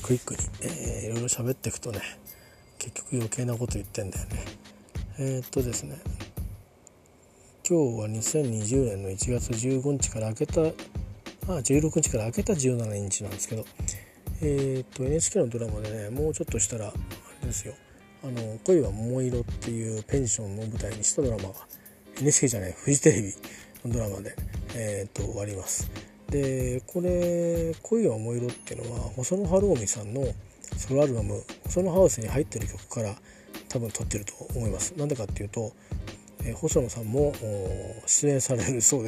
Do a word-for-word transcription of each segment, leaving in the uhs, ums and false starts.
クイックに、えー、いろいろ喋っていくとね、結局余計なこと言ってんだよね。えー、っとですね今日はにせんにじゅうねんのいちがつじゅうごにちから明けたあじゅうろくにちから明けたじゅうしちにちなんですけど、えー、っと エヌエイチケー のドラマでね、もうちょっとしたらあれですよ、あの恋は桃色っていうペンションを舞台にしたドラマが エヌエイチケー じゃないフジテレビのドラマで、えー、っと終わります。でこれ恋は桃色っていうのは細野晴臣さんのソロアルバム細野ハウスに入ってる曲から多分撮ってると思います。なんでかっていうと、えー、細野さんも出演されるそうです。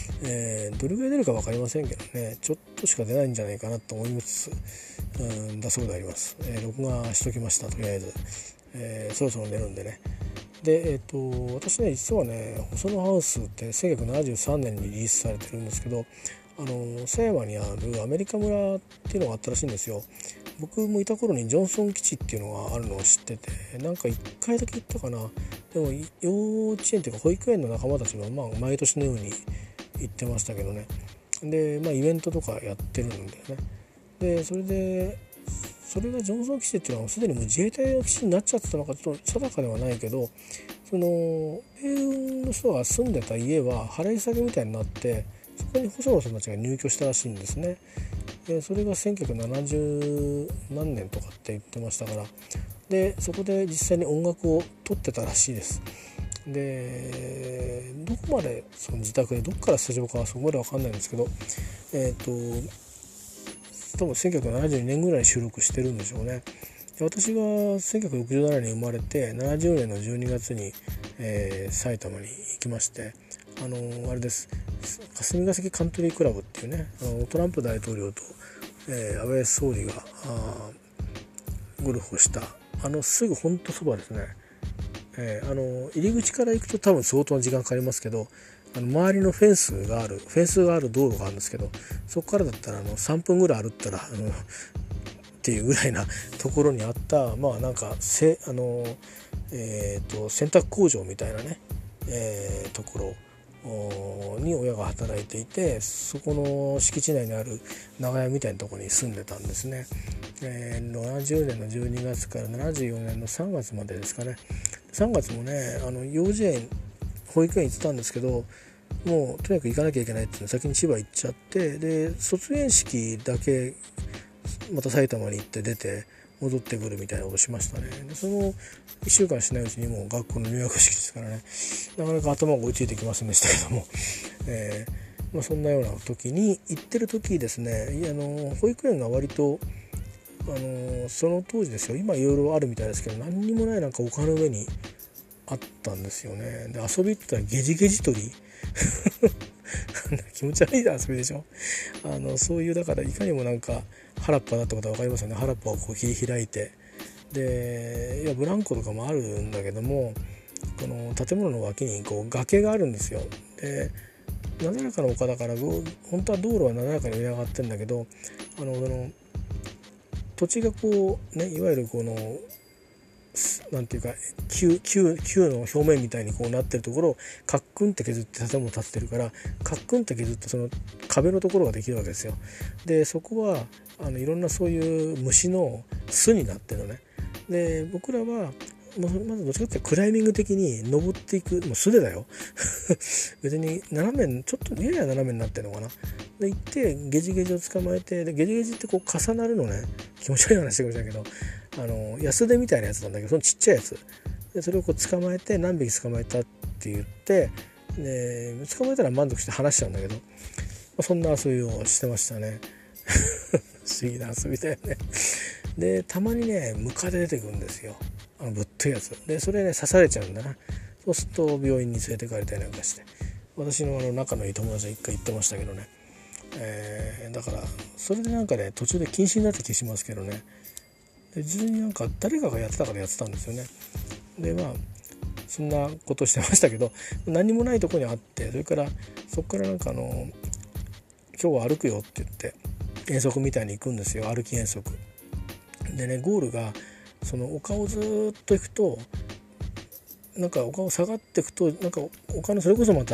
えー、どれぐらい出るか分かりませんけどね、ちょっとしか出ないんじゃないかなと思いつつ、うんだそうであります。えー、録画しときました。とりあえず、えー、そろそろ寝るんでね。で、えー、と私ね実はね細野ハウスってせんきゅうひゃくななじゅうさんねんにリリースされてるんですけど、あの狭山にあるアメリカ村っていうのがあったらしいんですよ。僕もいた頃にジョンソン基地っていうのがあるのを知ってて、なんかいっかいだけ行ったかな。でも幼稚園というか保育園の仲間たちはまあ毎年のように行ってましたけどね。で、まあ、イベントとかやってるんだよね。でそれでそれがジョンソン基地っていうのはすでにもう自衛隊の基地になっちゃってたのかちょっと定かではないけど、その米軍の人が住んでた家は払い下げみたいになって、そこに細野さんたちが入居したらしいんですね。でそれがせんきゅうひゃくななじゅう何年とかって言ってましたから、でそこで実際に音楽を撮ってたらしいです。でどこまでその自宅でどこからスタジオかはそこまで分かんないんですけど、えっと多分せんきゅうひゃくななじゅうにねんぐらいに収録してるんでしょうね。で私がせんきゅうひゃくろくじゅうななねんに生まれてななじゅうねんのじゅうにがつに、えー、埼玉に行きまして、あのー、あれです霞ヶ関カントリークラブっていうね、あのトランプ大統領と、えー、安倍総理がゴルフをしたあのすぐほんとそばですね。えー、あの入り口から行くと多分相当な時間かかりますけど、あの周りのフェンスがあるフェンスがある道路があるんですけど、そこからだったらあのさんぷんぐらい歩ったらあのっていうぐらいなところにあったまあなんかせあの、えー、と洗濯工場みたいなね、えー、ところに親が働いていて、そこの敷地内にある長屋みたいなところに住んでたんですね。えー、ななじゅうねんのじゅうにがつからななじゅうよねんのさんがつまでですかね。さんがつもねあの幼稚園保育園行ってたんですけど、もうとにかく行かなきゃいけないっていうの先に千葉行っちゃって、で卒園式だけまた埼玉に行って出て戻ってくるみたいなことしましたね。でそのいっしゅうかんしないうちにもう学校の入学式ですからね、なかなか頭が追いついてきませんでしたけども、えーまあ、そんなような時に行ってる時ですね、あの保育園が割とあのその当時ですよ、今いろいろあるみたいですけど何にもないなんか丘の上にあったんですよね。で遊びって言ったらゲジゲジ鳥気持ち悪い遊びでしょ。あのそういうだからいかにもなんか原っぱだってことは分かりますよね。原っぱをこう切り開いて、でいやブランコとかもあるんだけども、この建物の脇にこう崖があるんですよ。でなだらかな丘だから本当は道路はなだらかに上上がってるんだけど、あのその土地がこうね、いわゆるこのなんていうか球球球の表面みたいにこうなってるところをカックンって削って建物建ってるから、カックンって削ってその壁のところができるわけですよ。でそこはあのいろんなそういう虫の巣になってるのね。で僕らはまずどっちかっていうとクライミング的に登っていく、もう素手だよ別に斜めちょっとやや斜めになってるのかな。で行ってゲジゲジを捕まえて、でゲジゲジってこう重なるのね。気持ち悪い話してくれたけど、あの安手みたいなやつなんだけど、そのちっちゃいやつでそれをこう捕まえて何匹捕まえたって言って、で捕まえたら満足して話しちゃうんだけど、まあ、そんな遊びをしてましたね不思議な遊びだよね。でたまにねムカデ出てくるんですよ、あのぶっといやつで、それね刺されちゃうんだな。そうすると病院に連れてかれたりなんかして、私のあの仲のいい友達は一回言ってましたけどね、えー、だからそれでなんかね途中で禁止になった気しますけどね。で実になんか誰かがやってたからやってたんですよね。でまあそんなことしてましたけど、何もないとこにあって、それからそこからなんかあの今日は歩くよって言って遠足みたいに行くんですよ、歩き遠足でね。ゴールがその丘をずっと行くとなんか丘を下がっていくとなんか丘のそれこそまた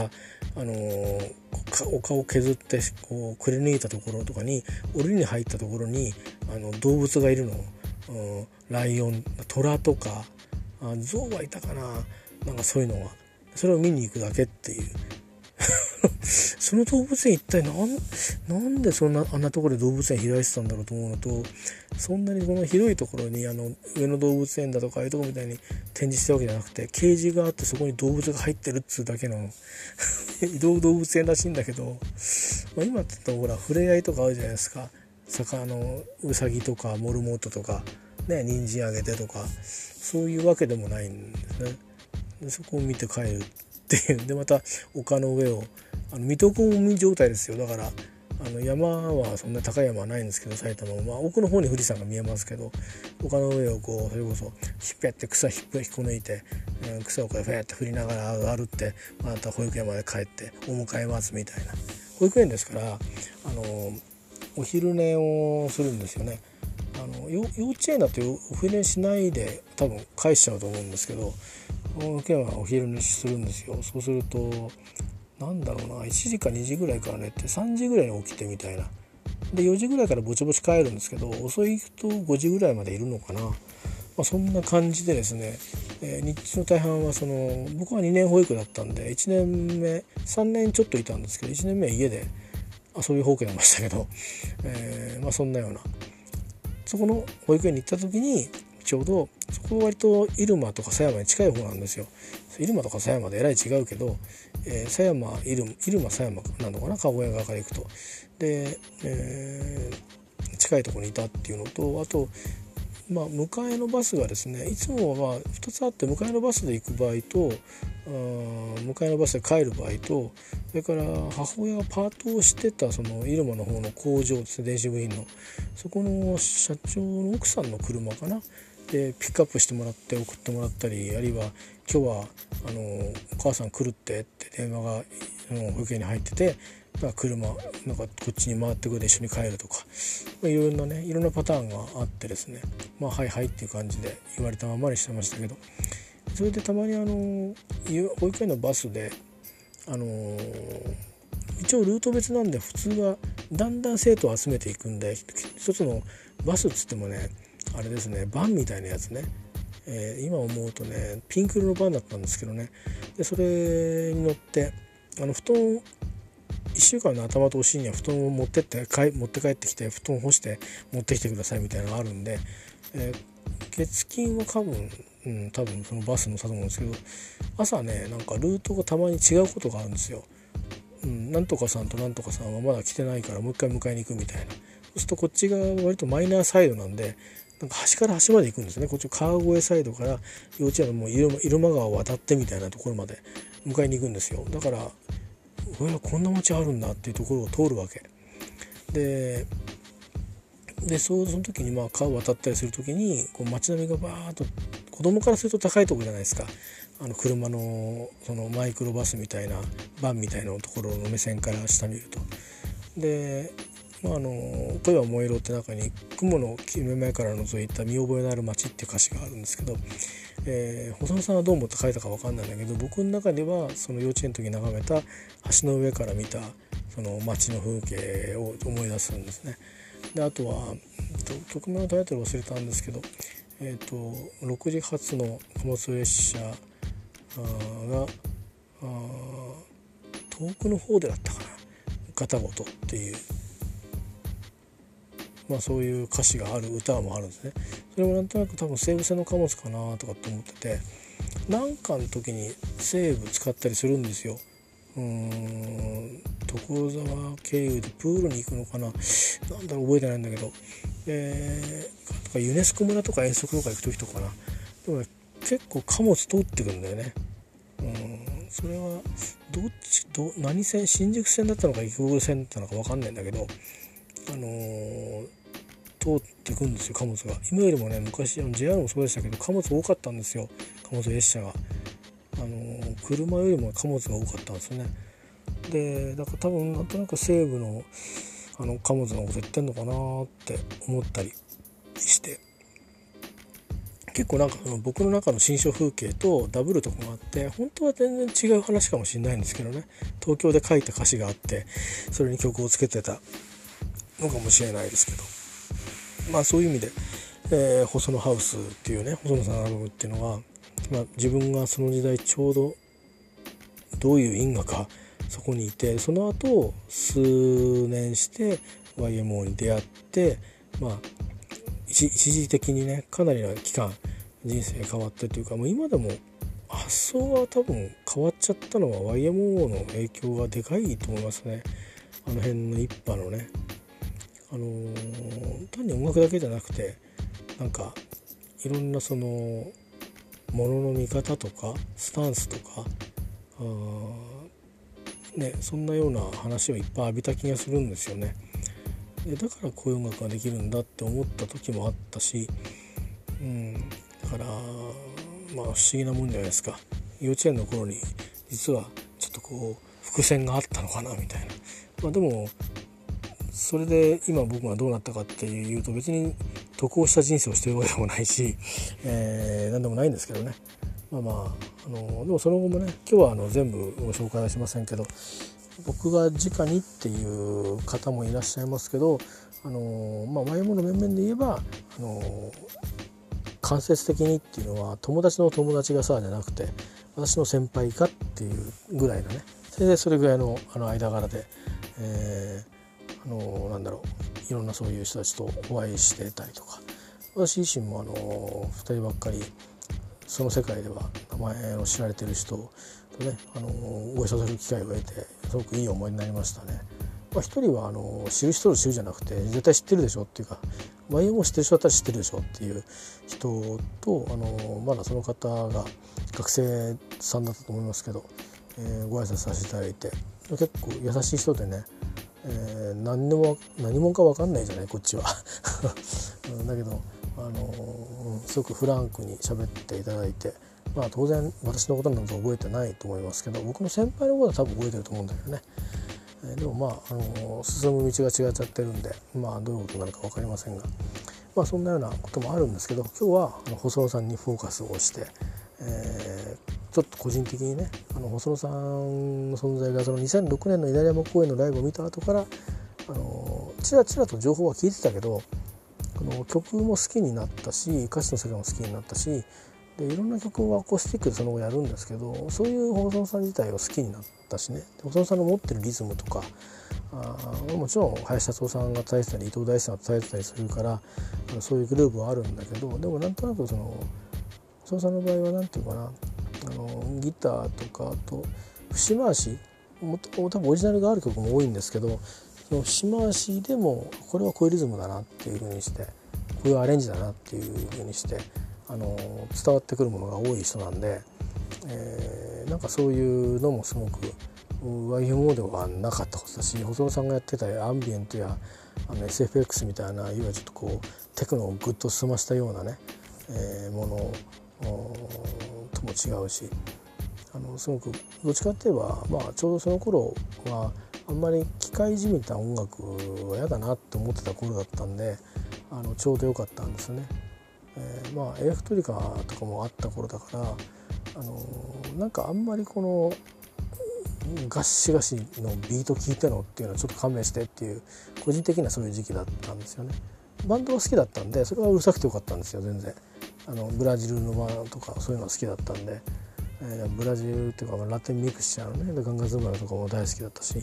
あのー、丘を削ってこうくり抜いたところとかに檻に入ったところにあの動物がいるの、うん、ライオン、トラとかあゾウはいたかな、なんかそういうのがそれを見に行くだけっていうその動物園一体なんなんでそんなあんなところで動物園開いてたんだろうと思うのと、そんなにこの広いところにあの上野動物園だとかああいうところみたいに展示してるわけじゃなくて、ケージがあってそこに動物が入ってるっつうだけの移動動物園らしいんだけど、まあ、今って言ったらほら触れ合いとかあるじゃないですか。魚のウサギとかモルモットとかね、人参あげてとかそういうわけでもないんですね。でそこを見て帰るっていう。でまた丘の上をあの水戸黄門状態ですよ。だからあの山はそんな高い山はないんですけど、埼玉は、まあ、奥の方に富士山が見えますけど、丘の上をこうそれこそひっぺって草ひっ引っこ抜いて、えー、草をこうフェーって振りながら歩ってまた保育園まで帰ってお迎え待つみたいな。保育園ですから、あのー、お昼寝をするんですよね。あの幼稚園だとお昼寝しないで多分返しちゃうと思うんですけど、保育園はお昼寝するんですよ。そうするとなんだろうな、いちじかにじぐらいから寝てさんじぐらいに起きてみたいな。でよじぐらいからぼちぼち帰るんですけど、遅いとごじぐらいまでいるのかな。まあ、そんな感じでですね、えー、日中の大半はその僕はにねん保育だったんでいちねんめさんねんちょっといたんですけど、いちねんめは家で遊びほうけてましたけど、えー、まあそんなような、そこの保育園に行った時にちょうどそこは割と入間とか狭山に近い方なんですよ。入間とか狭山でえらい違うけど、えー、狭山入間狭山なのかな、川越側から行くと。で、えー、近いところにいたっていうのと、あとまあ、迎えのバスがですね、いつもはまあふたつあって、迎えのバスで行く場合とあ迎えのバスで帰る場合と、それから母親がパートをしてたその入間の方の工場ですね、電子部品の、そこの社長の奥さんの車かなでピックアップしてもらって送ってもらったり、あるいは今日はあのお母さん来るってって電話が保育園に入ってて、車なんかこっちに回ってくるで一緒に帰るとか、まあ、いろんなねいろんなパターンがあってですね、まあはいはいっていう感じで言われたままにしてましたけど、それでたまにあの保育園のバスであのー、一応ルート別なんで普通はだんだん生徒を集めていくんで、一つのバスっつってもねあれですね、バンみたいなやつね、えー、今思うとねピンク色のバンだったんですけどね、でそれに乗ってあの布団いっしゅうかんの頭とお尻には布団を持ってってかい持って帰ってきて布団を干して持ってきてくださいみたいなのがあるんで、えー、月金は多分、うん、多分そのバス乗ったと思うんですけど、朝ねなんかルートがたまに違うことがあるんですよ。うん、なんとかさんとなんとかさんはまだ来てないからもう一回迎えに行くみたいな。そうするとこっちが割とマイナーサイドなんで、なんか端から端まで行くんですね。こっち川越サイドから幼稚園のもう入間川を渡ってみたいなところまで迎えに行くんですよ。だからうわこんな街あるんだっていうところを通るわけで、でそうその時にまあ川を渡ったりする時にこう街並みがバーッと、子供からすると高いところじゃないですか。あの車のそのマイクロバスみたいなバンみたいなところの目線から下見ると、で、まあ、あの声は燃えろって中に雲の切れ目から覗いた見覚えのある街っていう歌詞があるんですけど、えー、細野さんはどう思って書いたか分かんないんだけど、僕の中ではその幼稚園の時に眺めた橋の上から見たその街の風景を思い出すんですね。であとは曲名のタイトル忘れたんですけど、えー、とろくじ発の貨物列車が遠くの方でだったかな、ガタゴトっていう、まあ、そういう歌詞がある歌もあるんですね。それもなんとなく多分西武線の貨物かなとかって思ってて、なんかの時に西武使ったりするんですよ。うーん所沢経由でプールに行くのかな、なんだろう覚えてないんだけど、えー、とかユネスコ村とか遠足とか行く時とかな、でも、ね、結構貨物通ってくるんだよね。うんそれはどっちど何線、新宿線だったのか池袋線だったのか分かんないんだけど、あのー、通ってくんですよ貨物が。今よりもね昔あの ジェイアール もそうでしたけど貨物多かったんですよ、貨物列車が。あのー、車よりも貨物が多かったんですよね。でだから多分なんとなく西武のあの貨物のこと言ってんのかなって思ったりして、 結構なんか僕の中の新書風景とダブるとこがあって、本当は全然違う話かもしれないんですけどね、東京で書いた歌詞があってそれに曲をつけてたのかもしれないですけど、まあそういう意味で、えー、細野ハウスっていうね、細野さんのアルバムっていうのは、まあ、自分がその時代ちょうどどういう因果かそこにいて、その後数年して ワイエムオー に出会って、まあ一, 一時的にねかなりの期間人生変わってというか、もう今でも発想は多分変わっちゃったのは ワイエムオー の影響がでかいと思いますね。あの辺の一派のね、あのー、単に音楽だけじゃなくて、なんかいろんなそのものの見方とかスタンスとか、あね、そんなような話をいっぱい浴びた気がするんですよね。でだからこういう音楽ができるんだって思った時もあったし、うん、だからまあ不思議なもんじゃないですか。幼稚園の頃に実はちょっとこう伏線があったのかなみたいな。まあでもそれで今僕がどうなったかっていうと、別に得をした人生をしてるわけでもないし、えー、何でもないんですけどね。まあまあ、あのでもその後もね、今日はあの全部ご紹介はしませんけど、僕が直にっていう方もいらっしゃいますけど、あのまあワイエムオーの面々で言えば、あの間接的にっていうのは友達の友達がさじゃなくて、私の先輩かっていうぐらいのね、それでそれぐらいのあの間柄で、えー、あのなんだろう、いろんなそういう人たちとお会いしてたりとか、私自身もあのふたりばっかりその世界では名前を知られている人とね、あのご一緒する機会を得てすごくいい思いになりましたね。まあ、一人はあの知る人ぞ知るじゃなくて、絶対知ってるでしょっていうか、ワイエムオー 知ってる人だったら知ってるでしょっていう人と、あのまだその方が学生さんだったと思いますけど、えー、ご挨拶させていただいて、結構優しい人でね、えー、何でも何者か分かんないじゃないこっちはだけどあのすごくフランクに喋っていただいて、まあ当然私のことなんて覚えてないと思いますけど、僕の先輩のことは多分覚えてると思うんだけどね、えー、でもまあ、あの進む道が違っちゃってるんで、まあどういうことになるか分かりませんが、まあそんなようなこともあるんですけど、今日はあの細野さんにフォーカスをして、えー、ちょっと個人的にね、あの細野さんの存在がそのにせんろくねんの稲荷山公園のライブを見た後から、あのちらちらと情報は聞いてたけど、この曲も好きになったし、歌詞の世界も好きになったし、でいろんな曲をアコースティックでその後やるんですけど、そういう細野さん自体を好きになったしね、細野さんの持ってるリズムとか、あもちろん林達夫さんが伝えてたり伊藤大さんが伝えてたりするから、そういうグループはあるんだけど、でもなんとなくその細野さんの場合はなんていうかな、あのギターとか、あと節回しも多分オリジナルがある曲も多いんですけど、その節回しでもこれはこういうリズムだなっていう風にして、こういうアレンジだなっていう風にして、あの伝わってくるものが多い人なんで、えー、なんかそういうのもすごく ワイエムオー ではなかったことだし、細野さんがやってたアンビエントやあの エスエフエックス みたいな、いわゆるちょっとこうテクノをグッと進ましたようなね、えー、ものとも違うし、あのすごくどっちかっていえば、まあ、ちょうどその頃はあんまり機械じみた音楽は嫌だなって思ってた頃だったんで、あのちょうど良かったんですね。えー、まあエレクトリカとかもあった頃だから、あのなんかあんまりこのガッシガシのビート聴いてのっていうのはちょっと勘弁してっていう、個人的なそういう時期だったんですよね。バンドは好きだったんで、それはうるさくてよかったんですよ。全然あのブラジルのバンドとかそういうのが好きだったんで、えー、ブラジルっていうかラテンミクスチャーのね、ガンガンズマラとかも大好きだったし、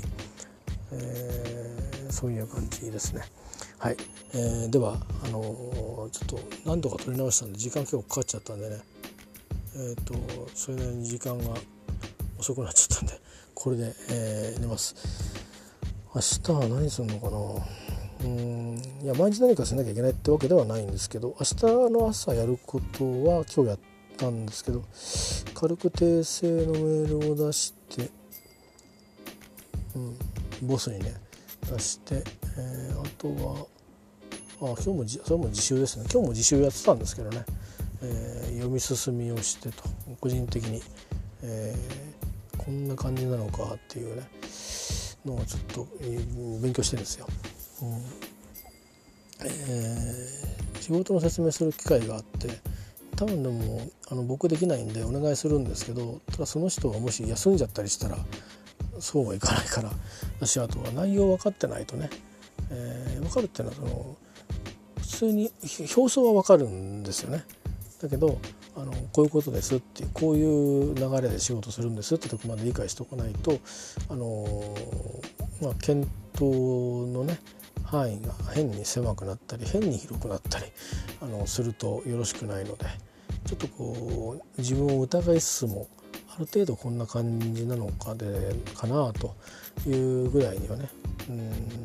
えー、そういう感じですね。はい、えー、ではあのー、ちょっと何度か撮り直したんで時間結構かかっちゃったんでね、えーとそれなりに時間が遅くなっちゃったんで、これで、えー、寝ます。明日は何するのかな。うーんいや毎日何かしなきゃいけないってわけではないんですけど、明日の朝やることは今日やったんですけど、軽く訂正のメールを出して、うん、ボスにね出して、えー、あとはあ今日もそれも自習ですね。今日も自習やってたんですけどね、えー、読み進みをしてと、個人的に、えー、こんな感じなのかっていうねのをちょっと勉強してるんですよ。うんえー、仕事の説明する機会があって、 多分でもあの僕できないんでお願いするんですけど、ただその人がもし休んじゃったりしたらそうはいかないから、私あとは内容分かってないとね、えー、分かるっていうのはその普通に表層は分かるんですよね。だけどあのこういうことですっていう、こういう流れで仕事するんですってとこまで理解しておかないと、あのまあ、検討のね範囲が変に狭くなったり変に広くなったりあのするとよろしくないので、ちょっとこう自分を疑いつつもある程度こんな感じなのかでかなというぐらいにはね、うん、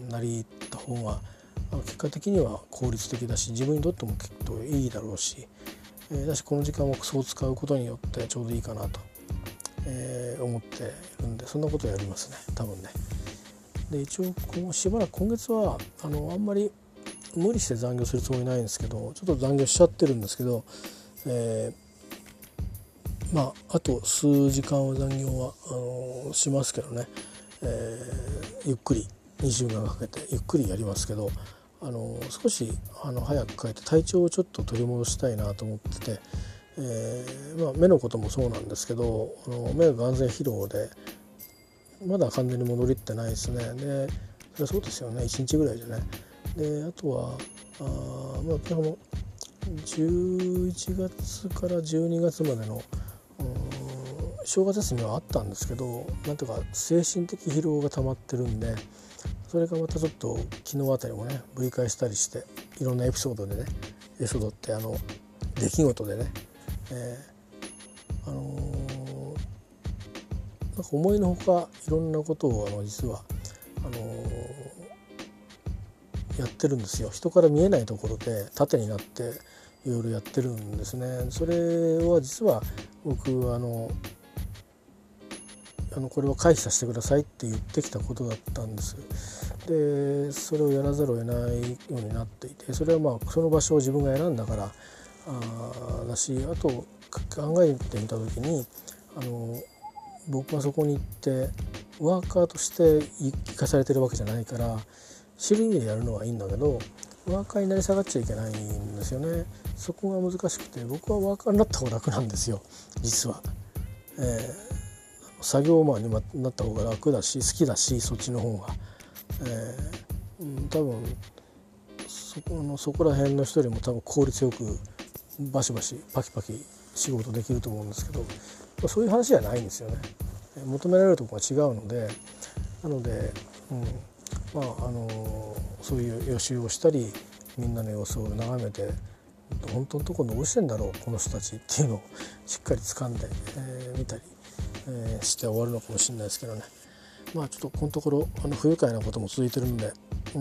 なりった方が結果的には効率的だし、自分にとってもきっといいだろうし、えー、だしこの時間をそう使うことによってちょうどいいかなと、えー、思っているんで、そんなことやりますね多分ね。で一応こうしばらく今月はあのあんまり無理して残業するつもりないんですけど、ちょっと残業しちゃってるんですけど、えー、まああと数時間は残業はあのしますけどね、えー、ゆっくりにじゅうふんかけてゆっくりやりますけど、あの少しあの早く帰って体調をちょっと取り戻したいなと思ってて、えーまあ、目のこともそうなんですけど、あの目が眼前疲労でまだ完全に戻りってないですね。でそれはそうですよね、いちにちぐらいじゃね。であとはあ、まあ、このじゅういちがつからじゅうにがつまでの正月休みはあったんですけど、なんとか精神的疲労が溜まってるんで、それがまたちょっと昨日あたりもねぶり返したりして、いろんなエピソードでね、エピソードってあの出来事でね、えー、あのー、なんか思いのほかいろんなことをあの実はあのー、やってるんですよ。人から見えないところで盾になっていろいろやってるんですね。それは実は僕あのあのこれは回避させてくださいって言ってきたことだったんです。でそれをやらざるを得ないようになっていて、それはまあその場所を自分が選んだからあだし、あと考えてみた時にあの僕はそこに行ってワーカーとして生かされてるわけじゃないから、知る意味でやるのはいいんだけどワーカーになり下がっちゃいけないんですよね。そこが難しくて、僕はワーカーになった方が楽なんですよ実は。えー作業マンになった方が楽だし好きだし、そっちの方が、えー、多分そこのそこら辺の人よりも多分効率よくバシバシパキパキ仕事できると思うんですけど、そういう話じゃないんですよね。求められるところが違うので、なので、うん、まああのそういう予習をしたり、みんなの様子を眺めて本当のところどうしてんだろうこの人たちっていうのをしっかり掴んで、えー、見たりえー、して終わるのかもしれないですけどね。まあちょっとこのところあの不愉快なことも続いてるんで、うん、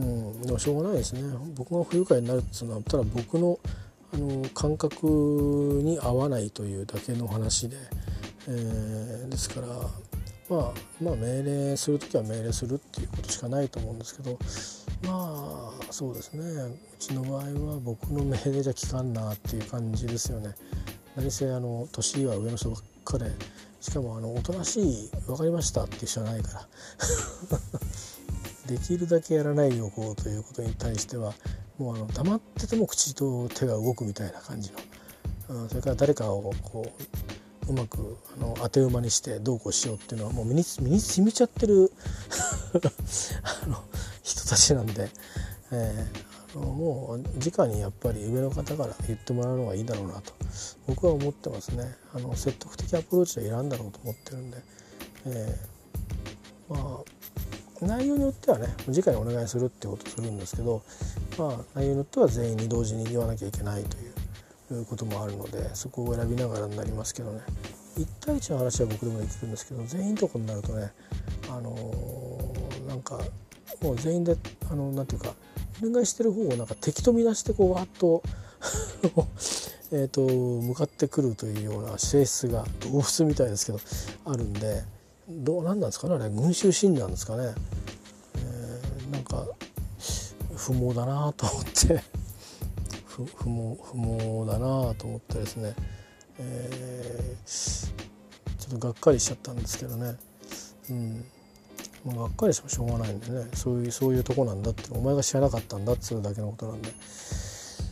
でもしょうがないですね。僕が不愉快になるっていうのはただ僕の、あの感覚に合わないというだけの話で、えー、ですから、まあ、まあ命令するときは命令するっていうことしかないと思うんですけど、まあそうですね、うちの場合は僕の命令じゃ効かんなっていう感じですよね。何せあの年は上の人ばっかで、しかもあのおとなしい分かりましたっていう人はないからできるだけやらないでおこうということに対してはもうあの黙ってても口と手が動くみたいな感じの、うん、それから誰かをこううまくあの当て馬にしてどうこうしようっていうのはもう身に身に染みちゃってるあの人たちなんで、えー、あのもう直にやっぱり上の方から言ってもらうのがいいだろうなと僕は思ってますね。あの説得的アプローチはいらんだろうと思ってるんで、えー、まあ内容によってはね直にお願いするってことをするんですけど、まあ内容によっては全員に同時に言わなきゃいけないということもあるので、そこを選びながらになりますけどね。いち対いちの話は僕でもできるんですけど、全員とこになるとね、あのー、なんかもう全員であのなんていうかお願いしてる方をなんか敵と見なしてこうわっとえと向かってくるというような性質が動物みたいですけどあるんで、どうなんなんですかねあれ、群衆心理なんですかね、えー、なんか不毛だなと思って不, 不毛不毛だなと思ってですね、えー、ちょっとがっかりしちゃったんですけどね、うん、まあ、がっかりしてもしょうがないんでね、そういうそういうとこなんだって、お前が知らなかったんだっていうだけのことなんで、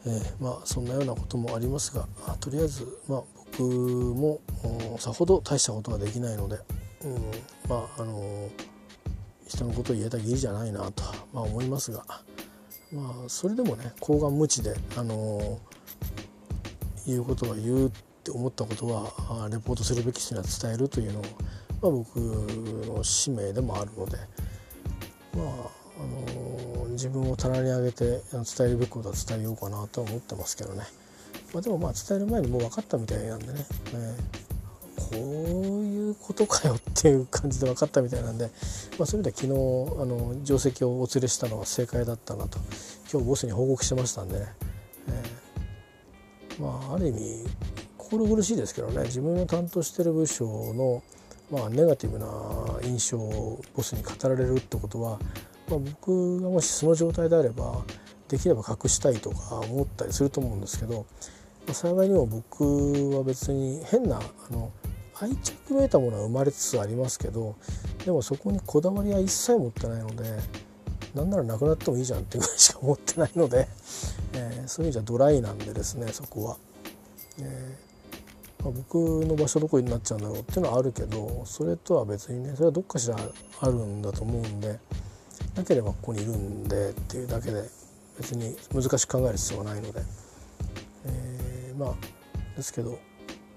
えー、まあそんなようなこともありますが、とりあえずまあ僕もさほど大したことはできないので、うん、まああのー、人のことを言えた義理じゃないなと、まあ、思いますが、まあそれでもね厚顔無知で、あのー、言うことは言うって思ったことはレポートするべき人には伝えるというのが、まあ、僕の使命でもあるので、まああのー、自分を棚に上げて伝えるべきことは伝えようかなとは思ってますけどね。まあ、でもまあ伝える前にもう分かったみたいなんでね、えー、こういうことかよっていう感じで分かったみたいなんで、まあ、そういう意味では昨日あの定石をお連れしたのは正解だったなと今日ボスに報告してましたんでね、えー、まあある意味心苦しいですけどね、自分の担当している部署の、まあ、ネガティブな印象をボスに語られるってことは、まあ、僕がもしその状態であればできれば隠したいとか思ったりすると思うんですけど、まあ、幸いにも僕は別に変なあの愛着めいたものは生まれつつありますけど、でもそこにこだわりは一切持ってないので、なんならなくなってもいいじゃんっていうぐらいしか思ってないので、えー、そういう意味じゃドライなんでですね、そこは。えーまあ、僕の場所どこになっちゃうんだろうっていうのはあるけど、それとは別にね、それはどっかしらあるんだと思うんで、なければここにいるんでっていうだけで別に難しく考える必要はないので、えー、まあですけど、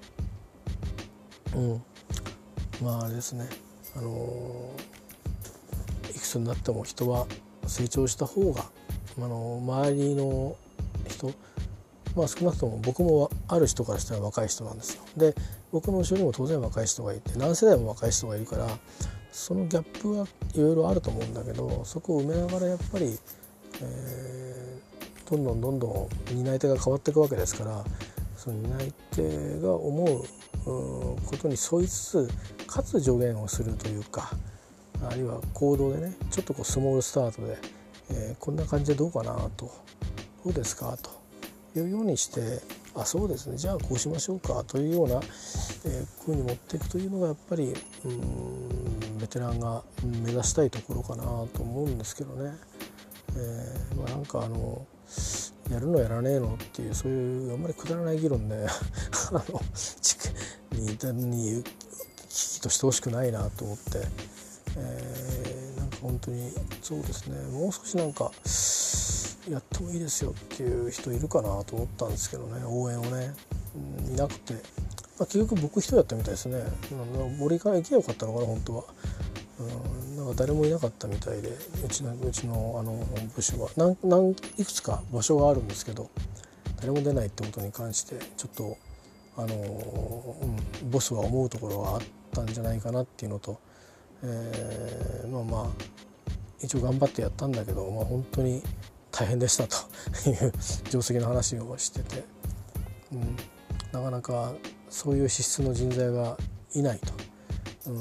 うんまああれですね、あのー、いくつになっても人は成長した方が、あのー、周りの人、まあ少なくとも僕もある人からしたら若い人なんですよ。で僕の後ろにも当然若い人がいて、何世代も若い人がいるから、そのギャップはいろいろあると思うんだけど、そこを埋めながらやっぱり、えー、どんどんどんどん担い手が変わっていくわけですから、その担い手が思うことに沿いつつかつ助言をするというか、あるいは行動でねちょっとこうスモールスタートで、えー、こんな感じでどうかなと、どうですかというようにして、あそうですねじゃあこうしましょうかというような、えー、風に持っていくというのがやっぱりうーんベテランが目指したいところかなと思うんですけどね。えーまあ、なんかあのやるのやらねえのっていうそういうあんまりくだらない議論であのにに危機としてほしくないなと思って、えー、なんか本当にそうですね、もう少しなんかやってもいいですよっていう人いるかなと思ったんですけどね、応援をね、うん、いなくて、まあ、結局僕一人だったみたいですね。俺から行けばよかったのかな本当は。うん、なんか誰もいなかったみたいで、うちのうちのあの部署は何何いくつか場所があるんですけど、誰も出ないってことに関してちょっとあの、うん、ボスは思うところがあったんじゃないかなっていうのと、えー、まあまあ一応頑張ってやったんだけど、まあ、本当に大変でしたという定石の話をしてて、うん、なかなかそういう資質の人材がいないと。うん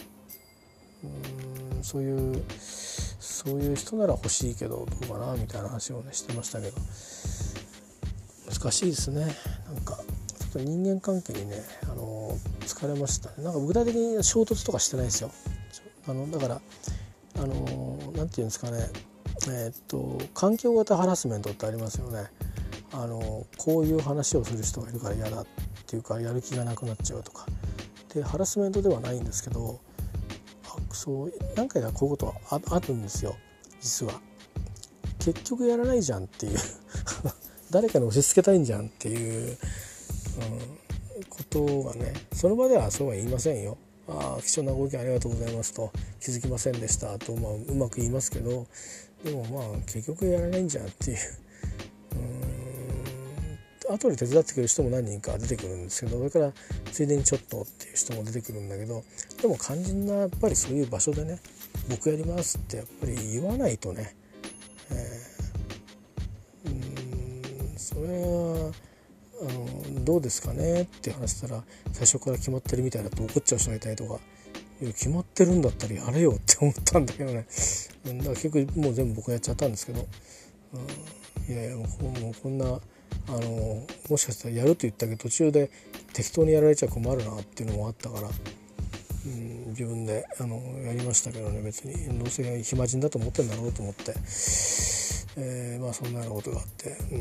うんそういうそういう人なら欲しいけどどうかなみたいな話をねしてましたけど、難しいですね。なんかちょっと人間関係にね、あの疲れましたね。なんか具体的に衝突とかしてないですよ。あのだからあのなんていうんですかね、えー、っと環境型ハラスメントってありますよね。あのこういう話をする人がいるから嫌だっていうか、やる気がなくなっちゃうとかで、ハラスメントではないんですけど、そう何回かこういうことは あ, あるんですよ実は。結局やらないじゃんっていう誰かに押し付けたいんじゃんっていう、うん、ことがね、その場ではそうは言いませんよ。ああ貴重なご意見ありがとうございますと、気づきませんでしたと、まあ、うまく言いますけど、でもまあ結局やらないんじゃんっていう、うーん後で手伝ってくれる人も何人か出てくるんですけど、それからついでにちょっとっていう人も出てくるんだけど、でも肝心なやっぱりそういう場所でね、僕やりますってやっぱり言わないとね、えー、うーんそれはあのどうですかねって話したら、最初から決まってるみたいだと怒っちゃう人がいたりとか、いや決まってるんだったらやれよって思ったんだけどね。だから結局もう全部僕やっちゃったんですけど、うん、いやいやもう、もうこんなあのもしかしたらやると言ったけど途中で適当にやられちゃ困るなっていうのもあったから、うん、 自分であのやりましたけどね、別にどうせ暇人だと思ってんだろうと思って、えー、まあそんなようなことがあって、うん、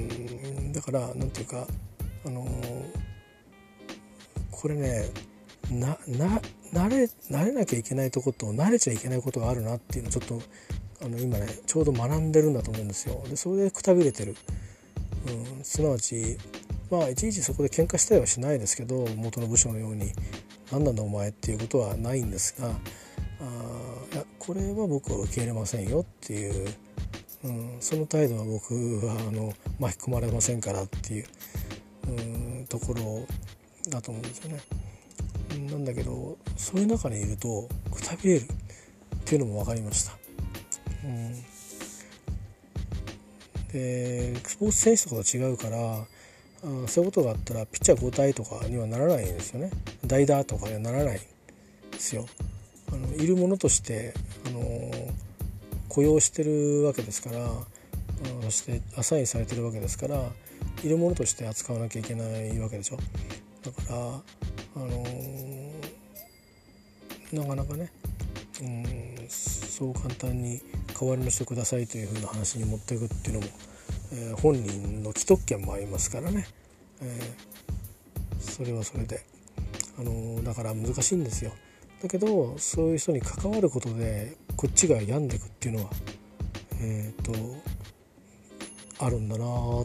だからなんていうか、あのー、これねなな慣れ慣れなきゃいけないとこと慣れちゃいけないことがあるなっていうのをちょっとあの今ねちょうど学んでるんだと思うんですよ。でそれでくたびれてる、うん、すなわちまあいちいちそこで喧嘩したりはしないですけど、元の部署のように何なんだお前っていうことはないんですが、あいやこれは僕は受け入れませんよっていう、うん、その態度は僕はあの巻き込まれませんからっていう、うん、ところだと思うんですよね。なんだけどそういう中にいるとくたびれるっていうのも分かりました。うん、でスポーツ選手とかと違うから、あそういうことがあったらピッチャー交代とかにはならないんですよね。代打とかにはならないんですよ。あのいるものとしてあの雇用してるわけですから、そしてアサインされてるわけですから、いるものとして扱わなきゃいけないわけでしょ。だからあのなかなかね、うん、そう簡単に代わりの人くださいという風な話に持っていくっていうのも、えー、本人の既得権もありますからね、えー、それはそれで、あのー、だから難しいんですよ。だけどそういう人に関わることでこっちが病んでいくっていうのは、えー、とあるんだなと思って、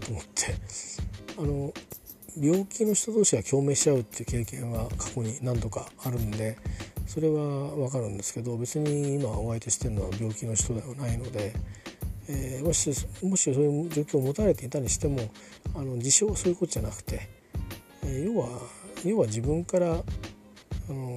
あの病気の人同士が共鳴し合うっていう経験は過去に何度かあるんで、それは分かるんですけど、別に今お相手してるのは病気の人ではないので、えー、もしもしそういう状況を持たれていたにしても、あの自称はそういうことじゃなくて、えー、要は要は自分から、あの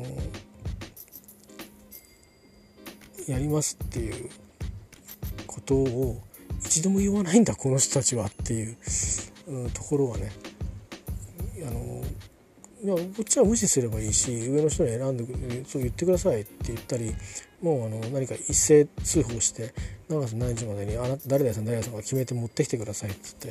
ー、やりますっていうことを一度も言わないんだこの人たちはっていう、うん、ところはね、あのいやこっちは無視すればいいし、上の人に選んでそう言ってくださいって言ったり、もうあの何か一斉通報して何月何日までにあなた誰々さん誰々さんが決めて持ってきてくださいって言って、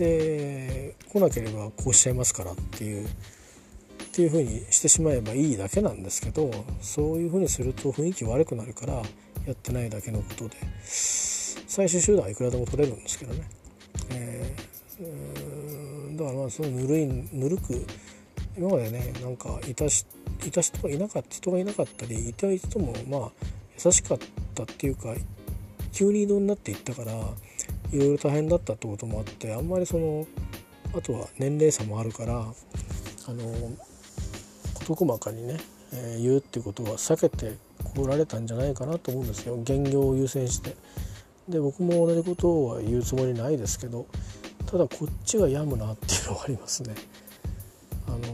で来なければこうしちゃいますからっていうっていう風にしてしまえばいいだけなんですけど、そういう風にすると雰囲気悪くなるからやってないだけのことで、最終手段はいくらでも取れるんですけどね、えー、だからまあそのぬるいぬるく今までね、なんかいたしいた人がいなかった人がいなかったり、いた人もまあ優しかったっていうか、急に異動になっていったからいろいろ大変だったってこともあって、あんまりそのあとは年齢差もあるから、あの事細かにね、えー、言うっていうことは避けてこられたんじゃないかなと思うんですよ。現業を優先して。で僕も同じことは言うつもりないですけど、ただこっちが病むなっていうのはありますね。あの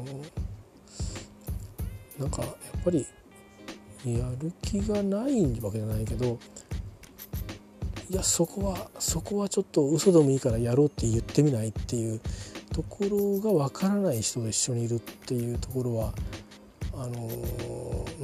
なんかやっぱりやる気がないわけじゃないけど、いやそこはそこはちょっと嘘でもいいからやろうって言ってみないっていうところが分からない人と一緒にいるっていうところはあの、うん、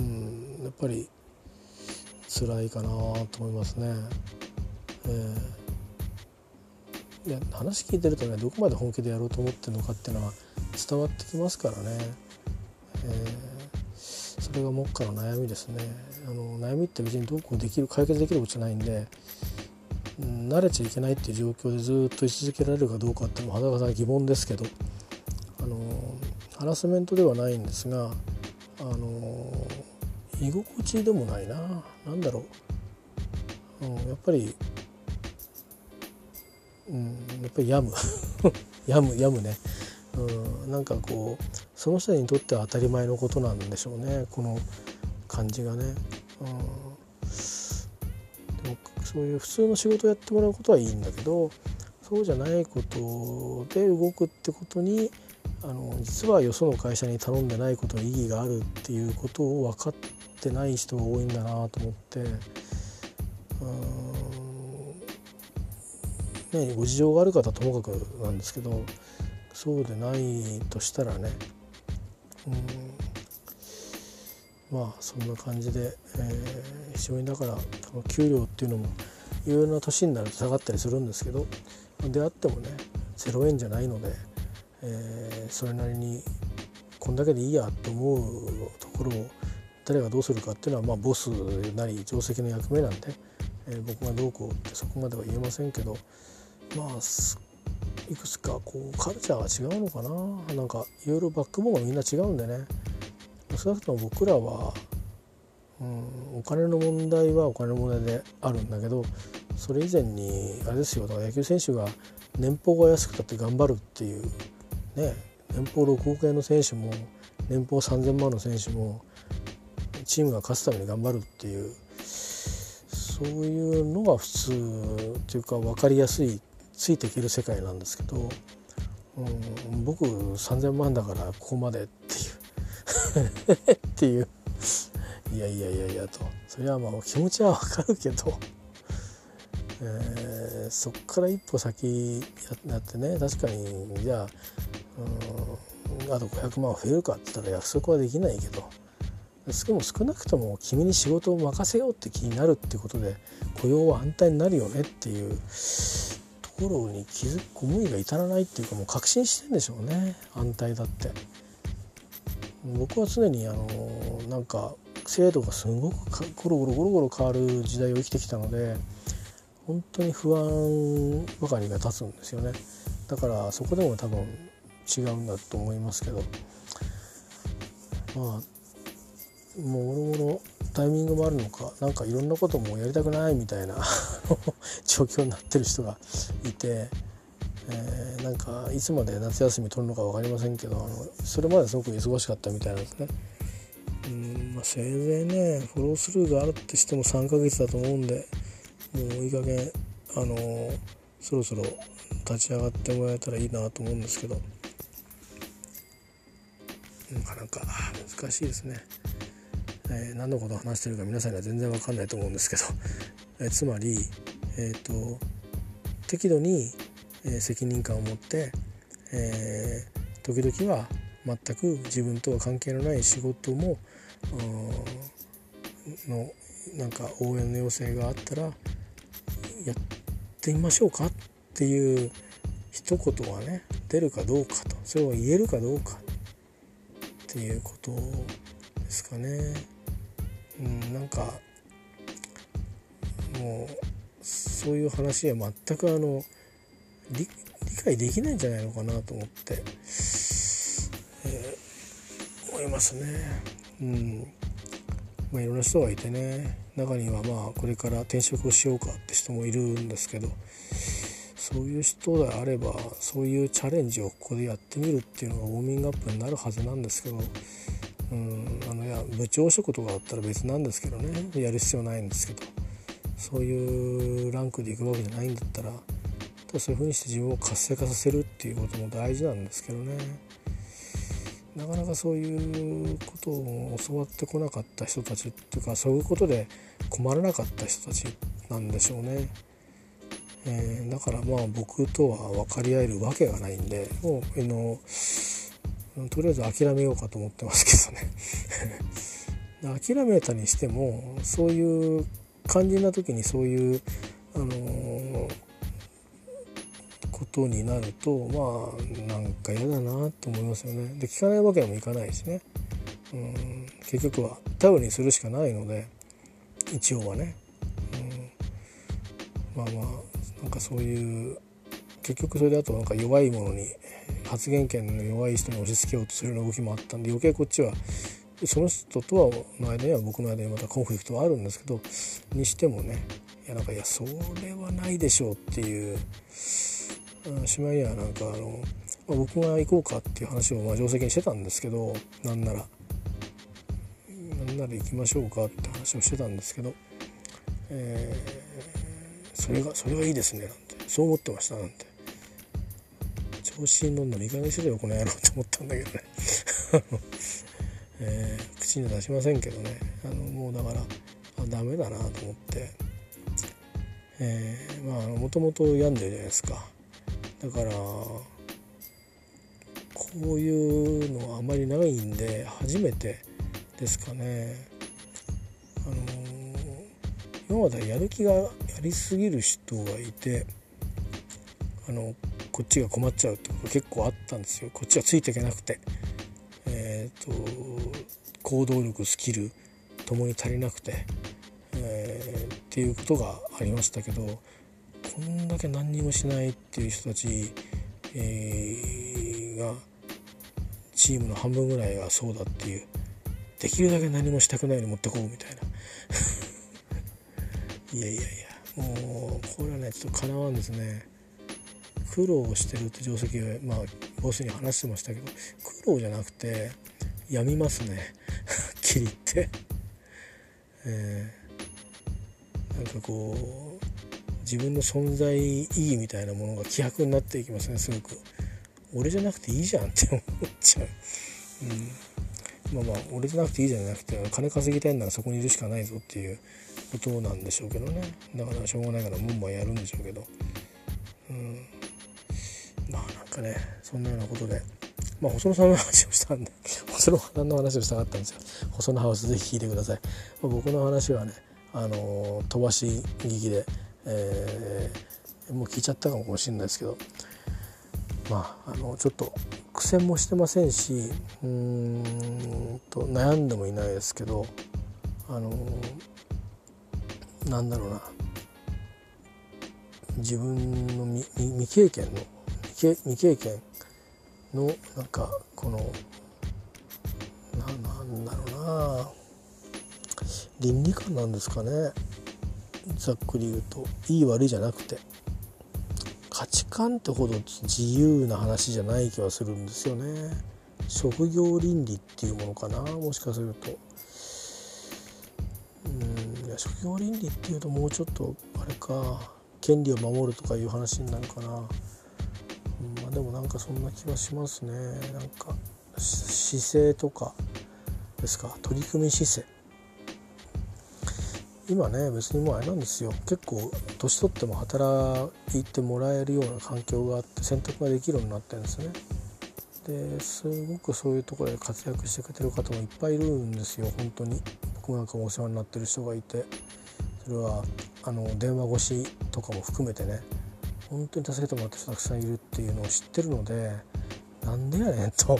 やっぱり辛いかなと思いますね。えー、いや話聞いてるとね、どこまで本気でやろうと思ってるのかっていうのは伝わってきますからね。えー、それが目下の悩みですね。あの悩みって別にどうこうできる解決できることじゃないんで、うん、慣れちゃいけないっていう状況でずっと居続けられるかどうかっていうのはは疑問ですけど、あのハラスメントではないんですが、あの居心地でもないな、なんだろう、うん、やっぱり、うん、やっぱり病む病む病むね、うん、なんかこうその人にとっては当たり前のことなんでしょうね、この感じがね、うん、でもそういう普通の仕事をやってもらうことはいいんだけど、そうじゃないことで動くってことに、あの実はよその会社に頼んでないことに意義があるっていうことを分かってない人が多いんだなと思って、うーん、ね、ご事情がある方はともかくなんですけど、そうでないとしたらね、うん、まあそんな感じで、えー、非常にだから給料っていうのもいろいろな年になると下がったりするんですけど、であってもねゼロえんじゃないので、えー、それなりにこんだけでいいやと思うところを誰がどうするかっていうのはまあボスなり定石の役目なんで、えー、僕がどうこうってそこまでは言えませんけど、まあいくつかこうカルチャーが違うのかな。なんかいろいろバックボーンがみんな違うんでね、少なくとも僕らは、うん、お金の問題はお金の問題であるんだけど、それ以前にあれですよ、だから野球選手が年俸が安くたって頑張るっていうね、年俸ろくおくえんの選手も年俸さんぜんまんの選手もチームが勝つために頑張るっていう、そういうのが普通っていうか分かりやすい、ついていける世界なんですけど、うん、僕さんぜんまんだからここまでっていうっていういやいやいやいやと、それはまあ気持ちは分かるけど、えー、そっから一歩先やってね、確かにじゃあ、うん、あとごひゃくまん増えるかって言ったら約束はできないけど、でも少なくとも君に仕事を任せようって気になるっていうことで雇用は安泰になるよねっていうところに気づく思いが至らないっていうか、もう確信してるんでしょうね、安泰だって。僕は常にあのなんか制度がすごくゴロゴロゴロゴロ変わる時代を生きてきたので、本当に不安ばかりが立つんですよね。だからそこでも多分違うんだと思いますけど、まあもうもろもろタイミングもあるのか、なんかいろんなこともやりたくないみたいな状況になってる人がいて、えー、なんかいつまで夏休み取るのか分かりませんけど、あのそれまですごく忙しかったみたいなんですね。うん、まあ、せいぜいねフォロースルーがあるってしてもさんかげつだと思うんで、もういい加減あのー、そろそろ立ち上がってもらえたらいいなと思うんですけど、なかなか難しいですね。えー、何のことを話してるか皆さんには全然分かんないと思うんですけど、えー、つまり、えーと、適度に、えー、責任感を持って、えー、時々は全く自分とは関係のない仕事ものなんか応援の要請があったらやってみましょうかっていう一言はね出るかどうかと、それを言えるかどうかっていうことですかね。うん、なんかもうそういう話は全くあの 理, 理解できないんじゃないのかなと思って、えー、思いますね。うんまあ、いろんな人がいてね、中にはまあこれから転職をしようかって人もいるんですけど、そういう人であればそういうチャレンジをここでやってみるっていうのがウォーミングアップになるはずなんですけど、うんあのいや部長職とかだったら別なんですけどね、やる必要ないんですけど、そういうランクでいくわけじゃないんだったら、そういう風にして自分を活性化させるっていうことも大事なんですけどね、なかなかそういうことを教わってこなかった人たちっていうか、そういうことで困らなかった人たちなんでしょうね。えー、だからまあ僕とは分かり合えるわけがないんで、もうあのとりあえず諦めようかと思ってますけどね諦めたにしてもそういう肝心な時にそういう、あのー、ことになるとまあなんか嫌だなと思いますよね。で聞かないわけにもいかないしね、うん結局は頼りにするしかないので一応はね、うん、まあまあなんかそういう結局それだとなんか弱いものに発言権の弱い人に押し付けようとするような動きもあったんで、余計こっちはその人とはの間には僕の間にまたコンフリクトはあるんですけど、にしてもね、いやなんかいやそれはないでしょうっていう、しまいにはなんかあの、まあ、僕が行こうかっていう話をまあ定石にしてたんですけど、なんならなんなら行きましょうかって話をしてたんですけど、えー、それがそれがいいですねなんてそう思ってましたなんて、調子に乗るのにいい加減にしてよこの野郎って思ったんだけどね、えー、口には出しませんけどね、あのもうだからあダメだなと思って、えー、まあもともと病んでるじゃないですか。だからこういうのはあまりないんで初めてですかね。あの今までやる気がやりすぎる人がいて、あのこっちが困っちゃうってこと結構あったんですよ。こっちがついていけなくて、えーと、行動力スキル共に足りなくて、えー、っていうことがありましたけど、こんだけ何にもしないっていう人たち、えー、がチームの半分ぐらいがそうだっていう、できるだけ何もしたくないように持ってこうみたいないやいやいや、もうこれはねちょっとかなわんですね。苦労してるって定石はまあボスに話してましたけど、苦労じゃなくて病みますねはっきり言って、えー、なんかこう自分の存在意義みたいなものが希薄になっていきますね。すごく俺じゃなくていいじゃんって思っちゃう、うん、まあまあ俺じゃなくていいじゃなくて、金稼ぎたいならそこにいるしかないぞっていうことなんでしょうけどね。だからしょうがないから門番やるんでしょうけど、うん、まあなんかねそんなようなことで、まあ細野さんの話をしたんで細野さんの話をしたかったんですよ。細野ハウスぜひ聞いてください。まあ、僕の話はね、あのー、飛ばし聞きで、えー、もう聞いちゃったかもしれないですけど、まああのちょっと苦戦もしてませんし、うーんと悩んでもいないですけど、あのー、なんだろうな、自分の 未, 未経験の未 経, 未経験のなんかこの な, なんだろうな倫理観なんですかね。ざっくり言うといい悪いじゃなくて価値観ってほど自由な話じゃない気はするんですよね。職業倫理っていうものかな、もしかすると。うんいや職業倫理っていうともうちょっとあれか、権利を守るとかいう話になるかな、うんまあ、でもなんかそんな気はしますね。なんか姿勢とかですか、取り組み姿勢、今ね別にもうあれなんですよ、結構年取っても働いてもらえるような環境があって選択ができるようになってるんですね。ですごくそういうところで活躍してくれてる方もいっぱいいるんですよ。本当に僕なんかもお世話になってる人がいて、それはあの電話越しとかも含めてね、本当に助けてもらった人たくさんいるっていうのを知ってるので、なんでやねんと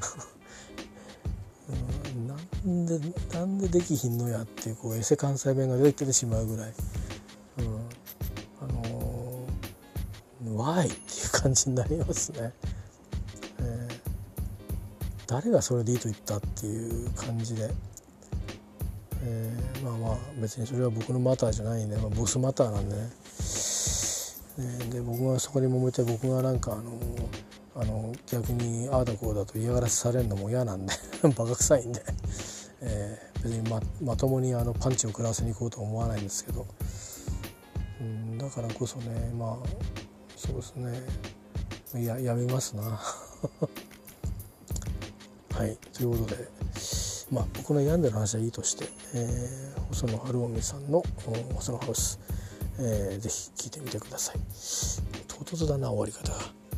うん、なんでなんでできひんのやっていう、こうエセ関西弁が出てきてしまうぐらい、うん、あのー、わーいっていう感じになりますね、えー、誰がそれでいいと言ったっていう感じで、えー、まあまあ別にそれは僕のマターじゃないんで、まあ、ボスマターなんでね、えー、で僕がそこに揉めて、僕がなんかあのーあの逆にああだこうだと嫌がらせされるのも嫌なんでバカ臭いんで、えー、別に ま, まともにあのパンチを食らわせに行こうとは思わないんですけど、うん、だからこそね、まあそうですね、ややめますなはいということで、まあ僕の病んでる話はいいとして、えー、細野晴臣さんの細野ハウス、えー、ぜひ聞いてみてください。唐突だな終わり方が。